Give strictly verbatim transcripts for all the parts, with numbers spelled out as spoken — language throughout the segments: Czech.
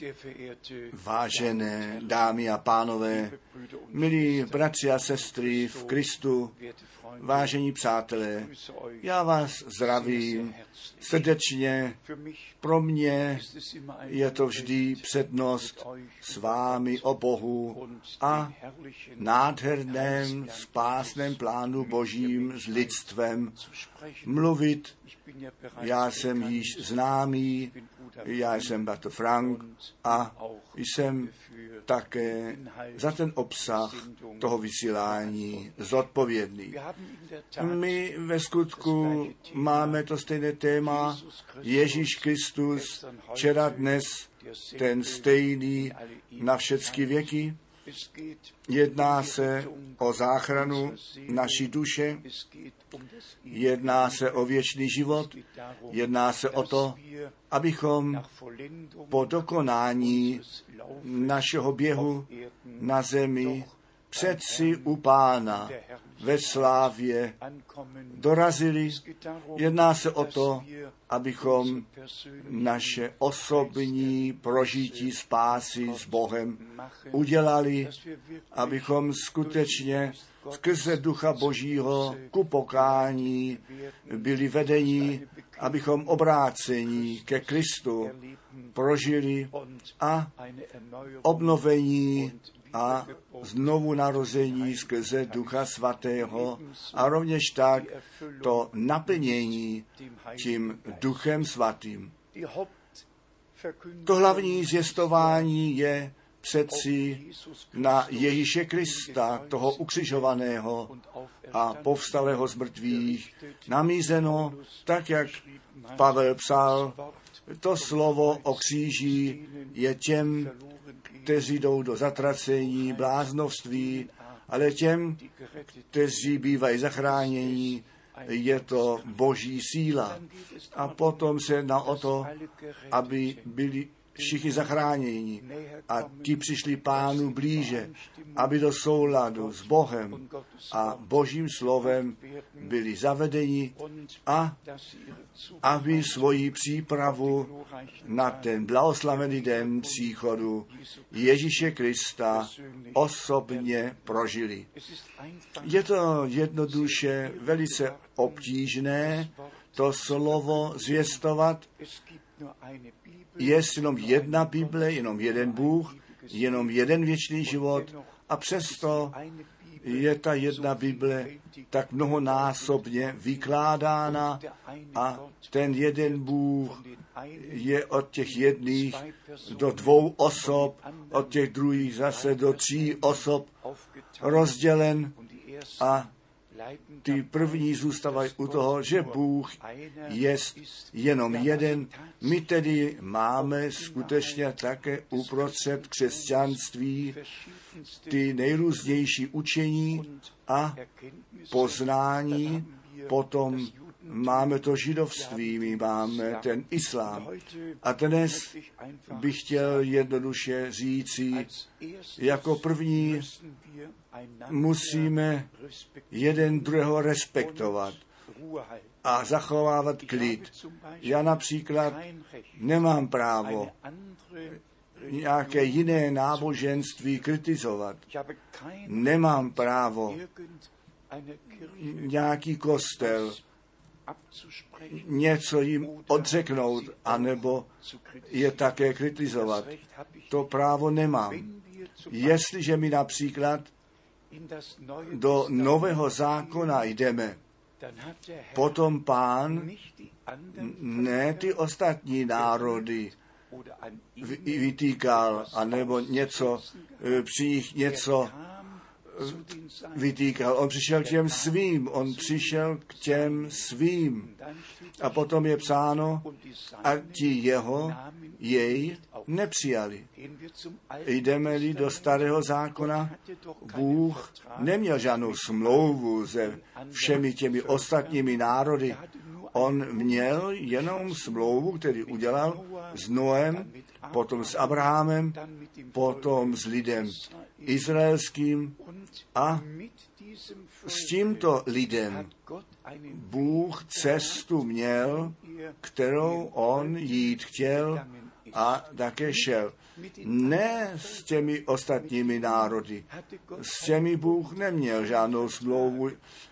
Vážené dámy a pánové, milí bratři a sestry v Kristu, vážení přátelé, já vás zdravím srdečně. Pro mě je to vždy přednost s vámi o Bohu a nádherném spásném plánu Božím s lidstvem mluvit. Já jsem již známý, já jsem bratr Frank a jsem také za ten obsah toho vysílání zodpovědný. My ve skutku máme to stejné téma Ježíš Kristus, včera, dnes, ten stejný na všechny věky. Jedná se o záchranu naší duše, jedná se o věčný život, jedná se o to, abychom po dokonání našeho běhu na zemi přeci u Pána ve slávě dorazili. Jedná se o to, abychom naše osobní prožití spásy s Bohem udělali, abychom skutečně skrze Ducha Božího ku pokání byli vedeni, abychom obrácení ke Kristu prožili a obnovení a znovu narození skrze Ducha Svatého a rovněž tak to naplnění tím Duchem Svatým. To hlavní zvěstování je přeci na Ježíše Krista, toho ukřižovaného a povstalého z mrtvých, namízeno, tak jak Pavel psal, to slovo o kříži je těm, kteří jdou do zatracení, bláznovství, ale těm, kteří bývají zachráněni, je to Boží síla. A potom se jedná o to, aby byli všichni zachráněni a ti přišli Pánu blíže, aby do souladu s Bohem a Božím slovem byli zavedeni a aby svoji přípravu na ten blahoslavený den příchodu Ježíše Krista osobně prožili. Je to jednoduše velice obtížné to slovo zvěstovat. Je jenom jedna Bible, jenom jeden Bůh, jenom jeden věčný život a přesto je ta jedna Bible tak mnohonásobně vykládána a ten jeden Bůh je od těch jedných do dvou osob, od těch druhých zase do tří osob rozdělen a ty první zůstávají u toho, že Bůh je jenom jeden. My tedy máme skutečně také uprostřed křesťanství ty nejrůznější učení a poznání, potom máme to židovství, my máme ten islám. A dnes bych chtěl jednoduše říci, jako první musíme jeden druhého respektovat a zachovávat klid. Já například nemám právo nějaké jiné náboženství kritizovat. Nemám právo nějaký kostel něco jim odřeknout, anebo je také kritizovat. To právo nemám. Jestliže my například do Nového zákona jdeme, potom Pán ne ty ostatní národy vytýkal, anebo něco, při nich něco vytýkal. On přišel k těm svým, on přišel k těm svým. A potom je psáno, a ti jeho, jej nepřijali. Jdeme-li do Starého zákona, Bůh neměl žádnou smlouvu se všemi těmi ostatními národy. On měl jenom smlouvu, který udělal s Noem, potom s Abrahamem, potom s lidem izraelským a s tímto lidem Bůh cestu měl, kterou on jít chtěl a také šel. Ne s těmi ostatními národy. S těmi Bůh neměl žádnou smlouvu.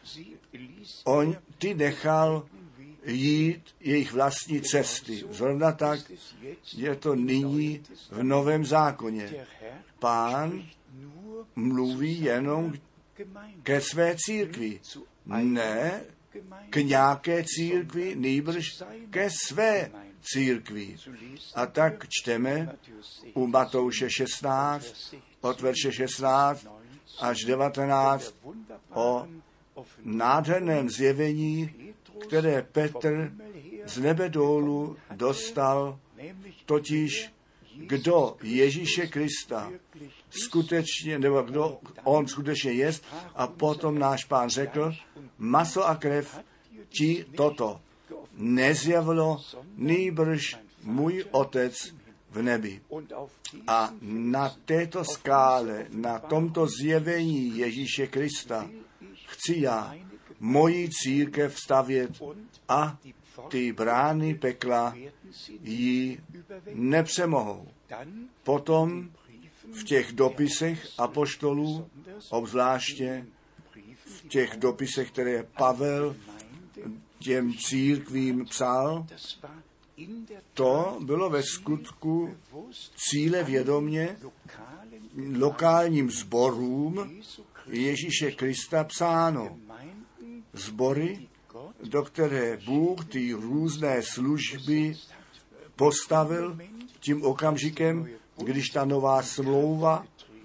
On ty nechal jít jejich vlastní cesty. Zrovna tak je to nyní v Novém zákoně. Pán mluví jenom ke své církvi. Ne k nějaké církvi, nýbrž ke své církvi. A tak čteme u Matouše šestnáct, od verše šestnáct až devatenáct o nádherném zjevení, které Petr z nebe dolů dostal, totiž kdo Ježíše Krista skutečně, nebo kdo on skutečně jest, a potom náš Pán řekl, maso a krev ti toto nezjavilo, nýbrž můj Otec v nebi. A na této skále, na tomto zjevení Ježíše Krista chci já moji církev stavět a ty brány pekla ji nepřemohou. Potom v těch dopisech apoštolů, obzvláště v těch dopisech, které Pavel těm církvím psal, to bylo ve skutku cíle vědomě lokálním sborům Ježíše Krista psáno. Sbory, do které Bůh ty různé služby postavil tím okamžikem, když ta nová smlouva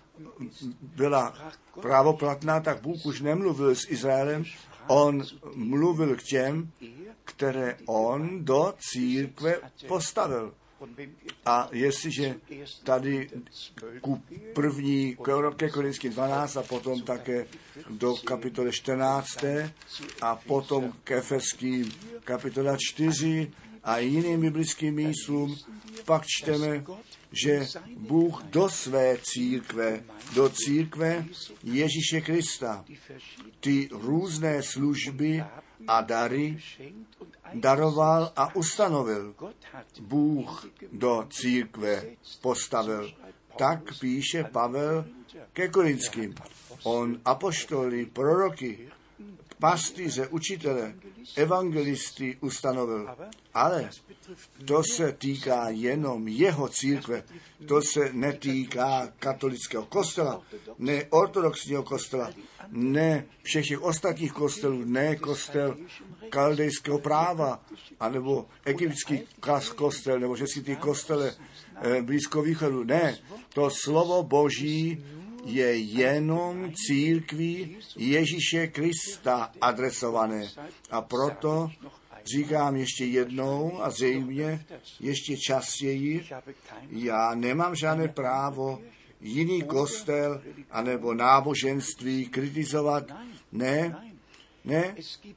byla právoplatná, tak Bůh už nemluvil s Izraelem, on mluvil k těm, které on do církve postavil. A jestliže tady ku první, ke Korinským dvanáct a potom také do kapitoly čtrnáct a potom k Efeským kapitola čtyři a jiným biblickým místům, pak čteme, že Bůh do své církve, do církve Ježíše Krista, ty různé služby a dary daroval a ustanovil. Bůh do církve postavil. Tak píše Pavel ke Korinským. On apoštoly, proroky, pastýře, učitele, evangelisty ustanovil. Ale to se týká jenom jeho církve. To se netýká katolického kostela, ne ortodoxního kostela, ne všech těch ostatních kostelů, ne kostel kaldejského práva, anebo egyptský kostel, nebo všechny ty kostele eh, blízko východu. Ne, to slovo Boží je jenom církví Ježíše Krista adresované. A proto říkám ještě jednou a zřejmě ještě častěji, já nemám žádné právo jiný kostel anebo náboženství kritizovat. Ne, ne,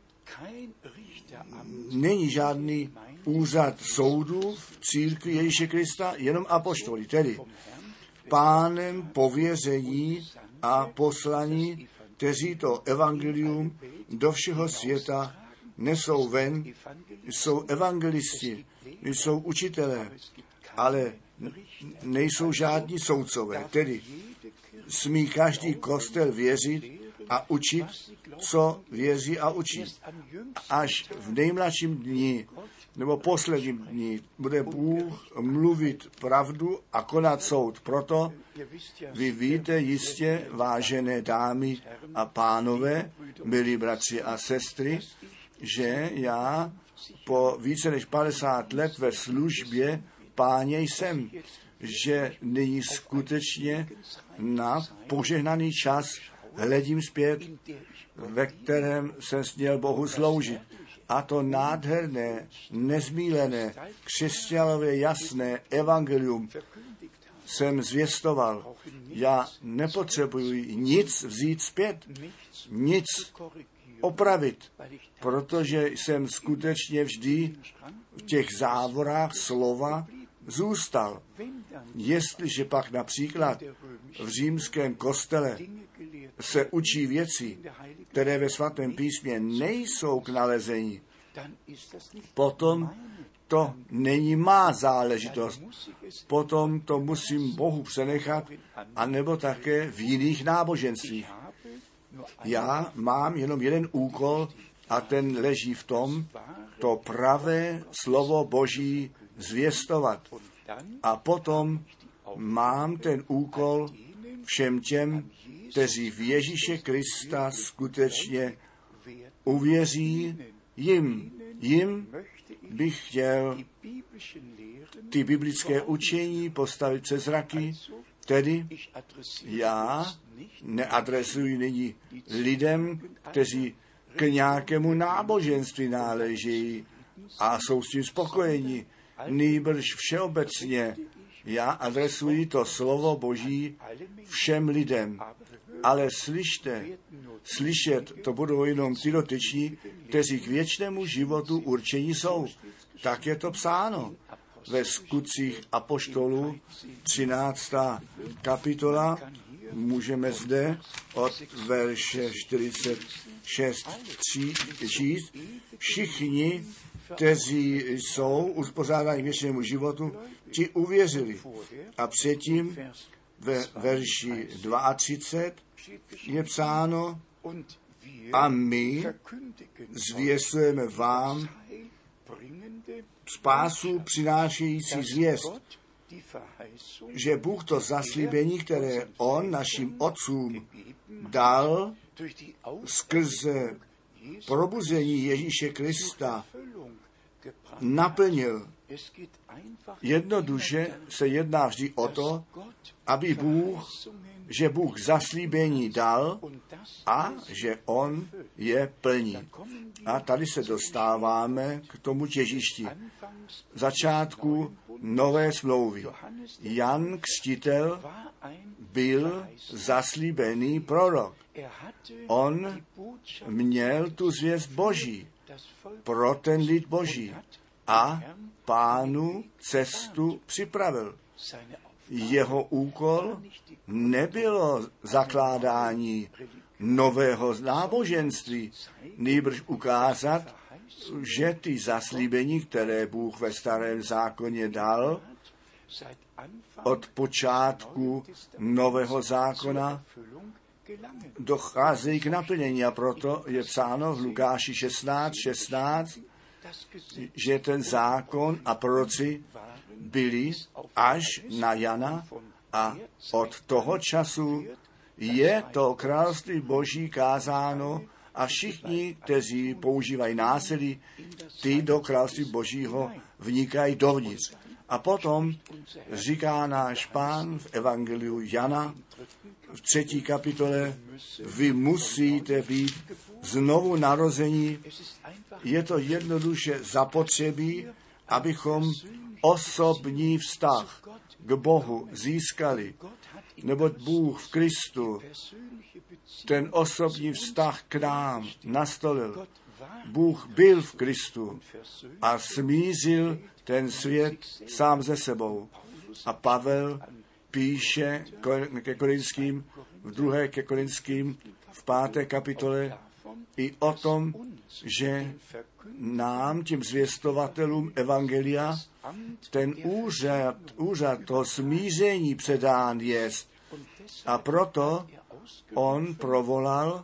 není žádný úřad soudu v církvi Ježíše Krista, jenom apoštoli, tedy Pánem pověření a poslaní, kteří to evangelium do všeho světa nesou ven, jsou evangelisti, jsou učitelé, ale nejsou žádní soudcové. Tedy smí každý kostel věřit a učit, co věří a učí. Až v nejmladším dni nebo posledním dní bude Bůh mluvit pravdu a konat soud. Proto vy víte jistě, vážené dámy a pánové, milí bratři a sestry, že já po více než padesát let ve službě Páně jsem, že nyní skutečně na požehnaný čas hledím zpět, ve kterém jsem směl Bohu sloužit. A to nádherné, nezmílené, křesťanově jasné evangelium jsem zvěstoval. Já nepotřebuji nic vzít zpět, nic opravit, protože jsem skutečně vždy v těch závorách slova zůstal. Jestliže pak například v římském kostele se učí věci, které ve svatém písmě nejsou k nalezení, potom to není má záležitost. potom to musím Bohu přenechat, anebo také v jiných náboženstvích. Já mám jenom jeden úkol a ten leží v tom, to pravé slovo Boží zvěstovat. A potom mám ten úkol všem těm, kteří v Ježíše Krista skutečně uvěří, jim, jim bych chtěl ty biblické učení postavit přes zraky, tedy já neadresuji nyní lidem, kteří k nějakému náboženství náležejí a jsou s tím spokojeni, nýbrž všeobecně. Já adresuji to slovo Boží všem lidem. Ale slyšte, slyšet to budou jenom ty dotyční, kteří k věčnému životu určení jsou. Tak je to psáno ve Skutcích apoštolů, třináctá kapitola, můžeme zde od verše čtyřicet šest číst. Všichni, kteří jsou uspořádáni k věčnému životu, ti uvěřili. A předtím ve verši třicet dva je psáno, a my zvěstujeme vám spásu přinášející zvěst, že Bůh to zaslíbení, které On našim otcům dal skrze probuzení Ježíše Krista, naplnil. Jednoduše se jedná vždy o to, aby Bůh, že Bůh zaslíbení dal a že On je plní. A tady se dostáváme k tomu těžišti. Začátku nové smlouvy. Jan Křtitel byl zaslíbený prorok. On měl tu zvěst Boží pro ten lid Boží a Pánu cestu připravil. Jeho úkol nebylo zakládání nového náboženství, nýbrž ukázat, že ty zaslíbení, které Bůh ve starém zákoně dal, od počátku nového zákona docházejí k naplnění. A proto je psáno v Lukáši šestnáct šestnáct, že ten zákon a proroci byli až na Jana a od toho času je to království Boží kázáno a všichni, kteří používají násilí, ty do království Božího vnikají dovnitř. A potom říká náš Pán v evangeliu Jana v třetí kapitole, vy musíte být znovu narození. Je to jednoduše zapotřebí, abychom osobní vztah k Bohu získali, neboť Bůh v Kristu ten osobní vztah k nám nastolil. Bůh byl v Kristu a smířil ten svět sám ze sebou. A Pavel píše ke Korinským, v druhé ke Korinským, v páté kapitole i o tom, že nám, těm zvěstovatelům evangelia, ten úřad, úřad toho smíření předán jest. A proto on provolal,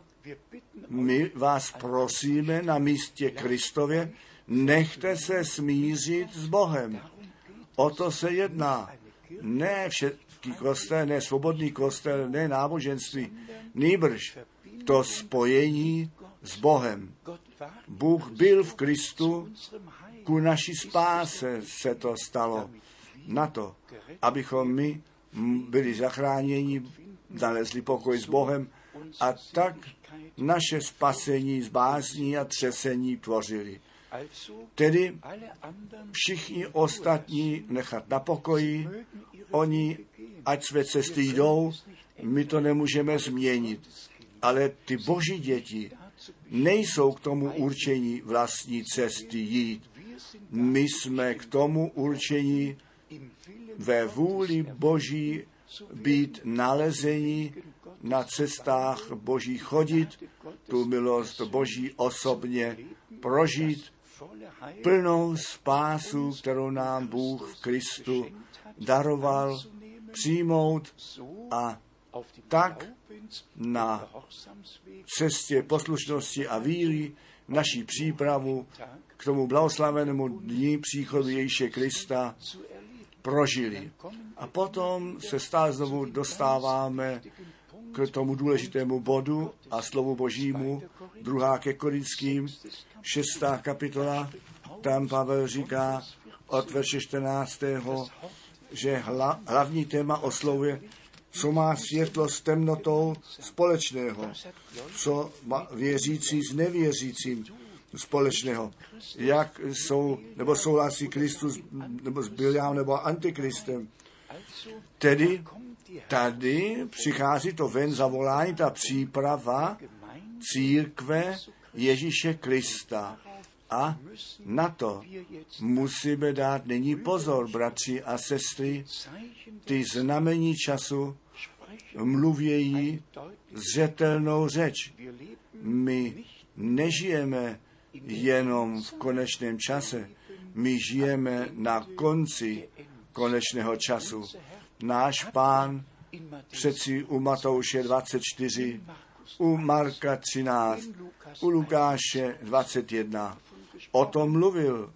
my vás prosíme na místě Kristově, nechte se smířit s Bohem. O to se jedná. Ne všetký kostel, ne svobodný kostel, ne náboženství, nýbrž to spojení s Bohem. Bůh byl v Kristu, ku naší spáse se to stalo. Na to, abychom my byli zachráněni, nalezli pokoj s Bohem a tak naše spasení z bázní a třesení tvořili. Tedy všichni ostatní nechat na pokoji, oni, ať své cesty jdou, my to nemůžeme změnit. Ale ty Boží děti nejsou k tomu určení vlastní cesty jít. My jsme k tomu určení ve vůli Boží být nalezení na cestách Boží chodit, tu milost Boží osobně prožít, plnou spásu, kterou nám Bůh v Kristu daroval přijmout a tak na cestě poslušnosti a víry naší přípravu k tomu blahoslavenému dní příchodu Ježíše Krista prožili. A potom se stále znovu dostáváme k tomu důležitému bodu a slovu Božímu, druhá ke Korinským, šestá kapitola, tam Pavel říká od verše čtrnáctého že hla, hlavní téma oslovuje, co má světlo s temnotou společného, co má věřící s nevěřícím společného, jak jsou, nebo souhlasí Kristus, nebo s Biliám, nebo Antikristem. Tedy tady přichází to ven zavolání, ta příprava církve Ježíše Krista. A na to musíme dát nyní pozor, bratři a sestry, ty znamení času mluvějí zřetelnou řeč. My nežijeme jenom v konečném čase, my žijeme na konci konečného času. Náš Pán přeci u Matouše dvacet čtyři, u Marka třináct, u Lukáše dvacet jedna o tom mluvil,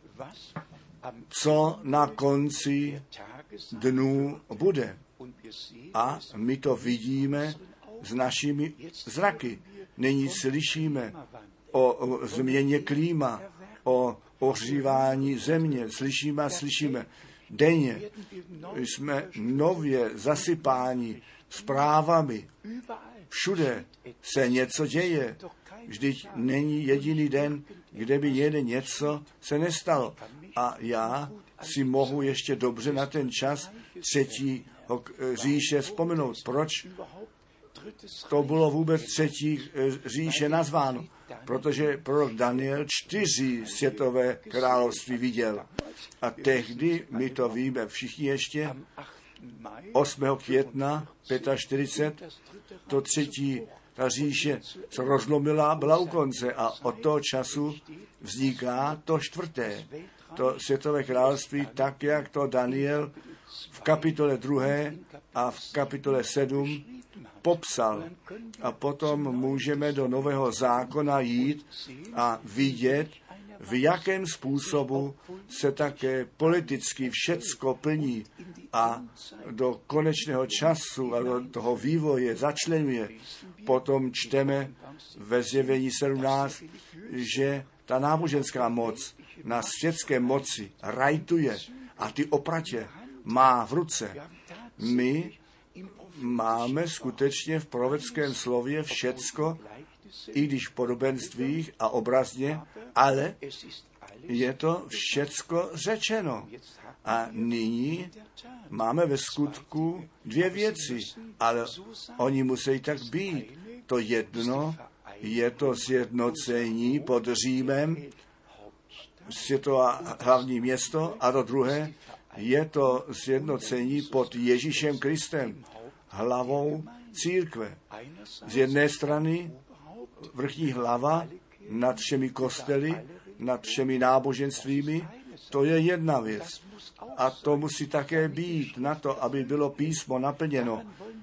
co na konci dnů bude. A my to vidíme s našimi zraky. Nyní slyšíme o, o změně klíma, o ohřívání země. Slyšíme a slyšíme. Denně jsme nově zasypáni zprávami. Všude se něco děje. Vždyť není jediný den, kde by jeden něco se nestalo. A já si mohu ještě dobře na ten čas třetí říše vzpomenout. Proč to bylo vůbec třetí říše nazváno? Protože prorok Daniel čtyři světové království viděl. A tehdy, my to víme všichni ještě, osmého května čtyřicet pět, to třetí, ta říše se rozlomila, byla u konce a od toho času vzniká to čtvrté, to světové království, tak jak to Daniel v kapitole druhé a v kapitole sedm popsal. A potom můžeme do Nového zákona jít a vidět, v jakém způsobu se také politicky všecko plní a do konečného času a do toho vývoje začlenuje. Potom čteme ve Zjevení sedmnáct, že ta náboženská moc na světské moci rajtuje a ty opratě má v ruce. My máme skutečně v prorockém slově všecko, i když v podobenstvích a obrazně, ale je to všecko řečeno. A nyní máme ve skutku dvě věci, ale oni musí tak být. To jedno je to sjednocení pod Římem, světové hlavní město, a to druhé je to sjednocení pod Ježíšem Kristem, hlavou církve. Z jedné strany vrchní hlava nad všemi kostely, nad všemi náboženstvími, to je jedna věc. A to musí také být na to, aby bylo písmo naplněno.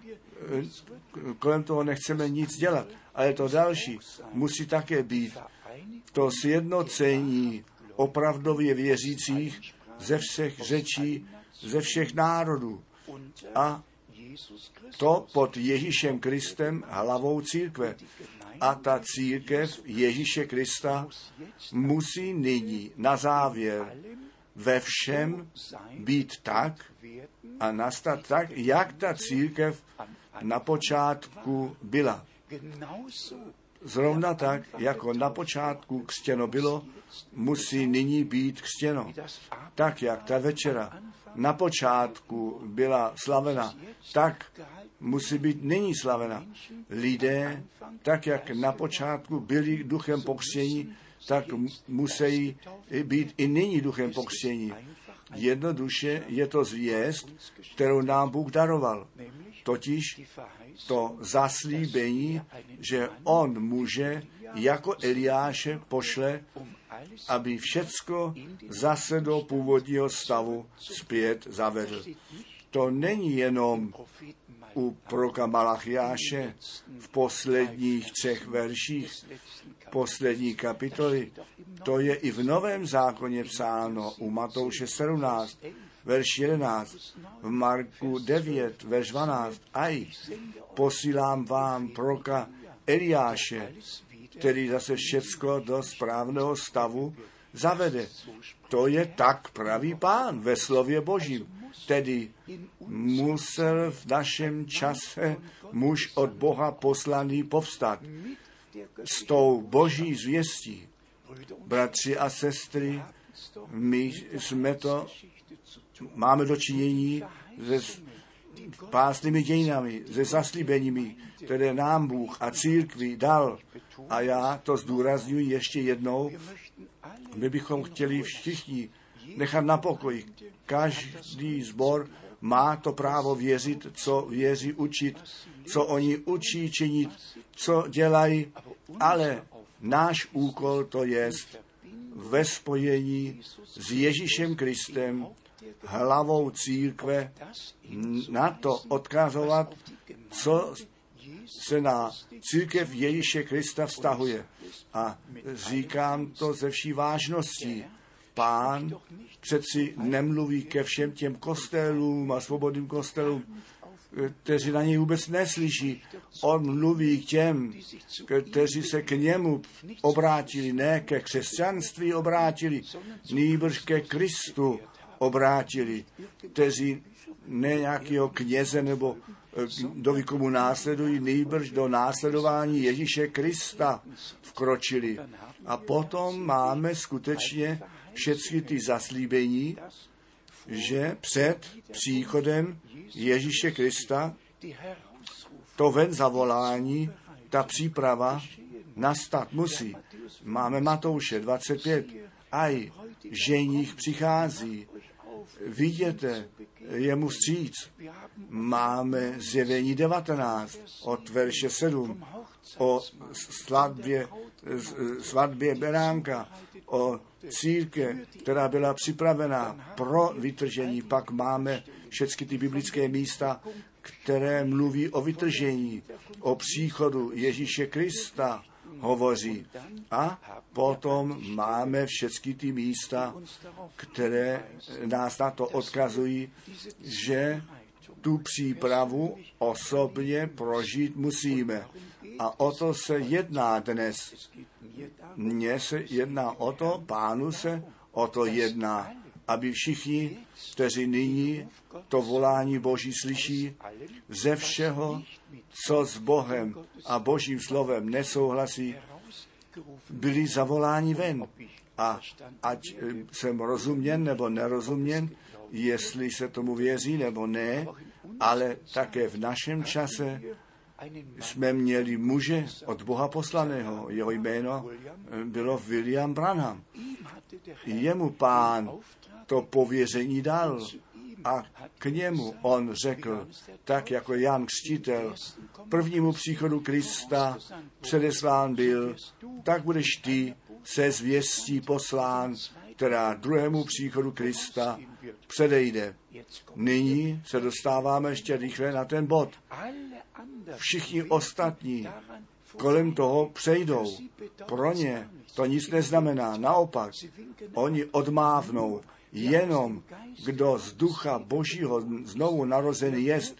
Kolem toho nechceme nic dělat. Ale to další musí také být to sjednocení opravdově věřících ze všech řečí, ze všech národů. A to pod Ježíšem Kristem, hlavou církve. A ta církev Ježíše Krista musí nyní na závěr ve všem být tak a nastat tak, jak ta církev na počátku byla. Zrovna tak, jako na počátku křtěno bylo, musí nyní být křtěno. Tak, jak ta večera na počátku byla slavena, tak musí být nyní slavena. Lidé, tak jak na počátku byli duchem pokřtění, tak musí být i nyní duchem pokřtění. Jednoduše je to zvěst, kterou nám Bůh daroval. Totiž to zaslíbení, že on může jako Eliáše pošle, aby všecko zase do původního stavu zpět zavedl. To není jenom u proroka Malachiáše v posledních třech verších poslední kapitoly. To je i v Novém zákoně psáno u Matouše sedmnáct, verš jedenáct, v Marku devět, verš dvanáct. Aj, posílám vám proroka Eliáše, který zase všecko do správného stavu zavede. To je tak pravý Pán ve slově Božím. Tedy musel v našem čase muž od Boha poslaný povstat s tou Boží zvěstí. Bratři a sestry, my jsme to, máme dočinění se pásnými dějinami, se zaslíbeními, které nám Bůh a církvi dal. A já to zdůrazňuji ještě jednou, my bychom chtěli všichni nechat na pokoji. Každý sbor má to právo věřit, co věří učit, co oni učí činit, co dělají, ale náš úkol to je ve spojení s Ježíšem Kristem, hlavou církve, na to odkazovat, co se na církev Ježíše Krista vztahuje. A říkám to ze vší vážností. Pán přeci nemluví ke všem těm kostelům a svobodným kostelům, kteří na něj vůbec neslyší. On mluví k těm, kteří se k němu obrátili, ne ke křesťanství obrátili, nýbrž ke Kristu obrátili, kteří ne nějakého kněze nebo do výkomu následují, nýbrž do následování Ježíše Krista vkročili. A potom máme skutečně všechny ty zaslíbení, že před příchodem Ježíše Krista to ven zavolání, ta příprava nastat musí. Máme Matouše dvacet pět. Aj, ženích přichází. Vidíte, jemu vstříc. Máme Zjevení devatenáct od verše sedm o svatbě, svatbě beránka, o církev, která byla připravená pro vytržení. Pak máme všechny ty biblické místa, které mluví o vytržení, o příchodu Ježíše Krista hovoří. A potom máme všechny ty místa, které nás na to odkazují, že tu přípravu osobně prožít musíme. A o to se jedná dnes. Mně se jedná o to, Pánu se o to jedná, aby všichni, kteří nyní to volání Boží slyší, ze všeho, co s Bohem a Božím slovem nesouhlasí, byli zavoláni ven. A ať jsem rozuměn nebo nerozuměn, jestli se tomu věří nebo ne, ale také v našem čase jsme měli muže od Boha poslaného. Jeho jméno bylo William Branham. Jemu Pán to pověření dal a k němu on řekl, tak jako Jan Křtitel prvnímu příchodu Krista předeslán byl, tak budeš ty se zvěstí poslán, která druhému příchodu Krista předejde. Nyní se dostáváme ještě rychle na ten bod. Všichni ostatní kolem toho přejdou. Pro ně to nic neznamená. Naopak, oni odmávnou. Jenom kdo z ducha Božího znovu narozený jest,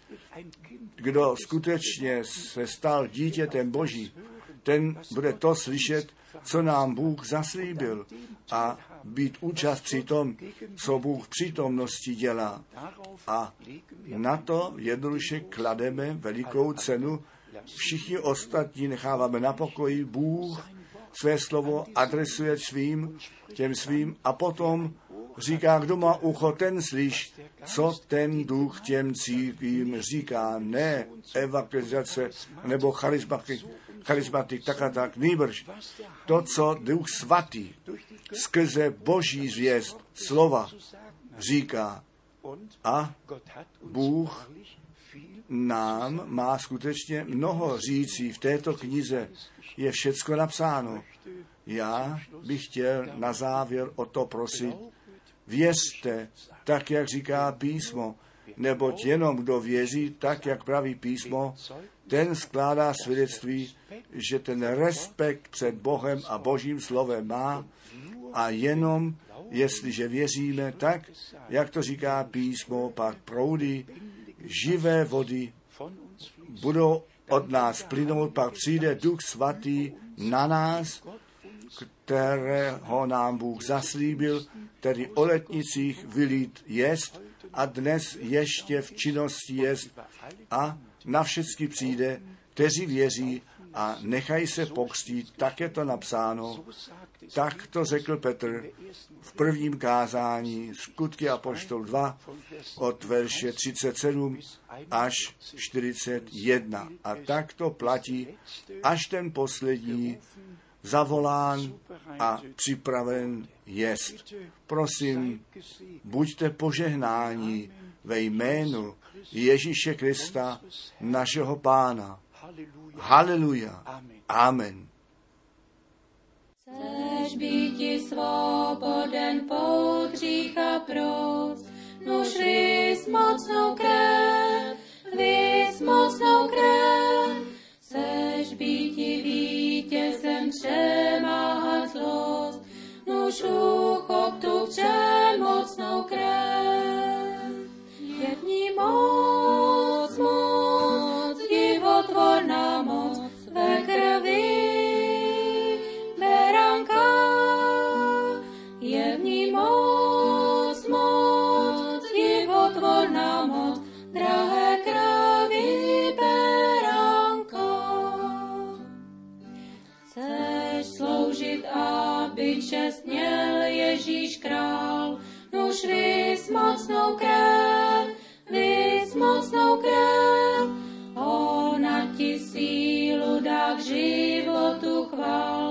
kdo skutečně se stal dítětem Boží, ten bude to slyšet, co nám Bůh zaslíbil a být účast při tom, co Bůh v přítomnosti dělá. A na to jednoduše klademe velikou cenu. Všichni ostatní necháváme na pokoji. Bůh své slovo adresuje svým, těm svým a potom říká, kdo má ucho, ten slyš, co ten duch těm církvím říká. Ne evangelizace nebo charismatik, charismatik tak a tak, nýbrž to, co Duch Svatý skrze Boží zvěst, slova říká. A Bůh nám má skutečně mnoho řící. V této knize je všecko napsáno. Já bych chtěl na závěr o to prosit. Věřte, tak jak říká písmo, neboť jenom kdo věří, tak jak praví písmo, ten skládá svědectví, že ten respekt před Bohem a Božím slovem má, a jenom jestliže věříme tak, jak to říká písmo, pak proudy živé vody budou od nás plynout, pak přijde Duch Svatý na nás, kterého nám Bůh zaslíbil, tedy o letnicích vylít jest a dnes ještě v činnosti jest, a na všechny přijde, kteří věří a nechají se pokřtít, tak je to napsáno. Tak to řekl Petr v prvním kázání Skutky apoštolů dva od verše třicet sedm až čtyřicet jedna. A tak to platí, až ten poslední zavolán a připraven jest. Prosím, buďte požehnáni ve jménu Ježíše Krista, našeho Pána. Haleluja. Amen. Chceš býti svoboden pod hřícha prost, nuž rys mocnou krev, rys mocnou krev. Chceš býti vítězem přemáhat zlost, nuž uchop tu přemocnou krev. Je v ní moc, moc, divotvorná moc ve krvi beránka. Je v ní moc, moc, divotvorná moc drahé krvi beránka. Chceš sloužit, aby čest měl Ježíš král, nuž rys mocnou krev, rys mocnou krev. Ona ti sílu dá k životu chvál,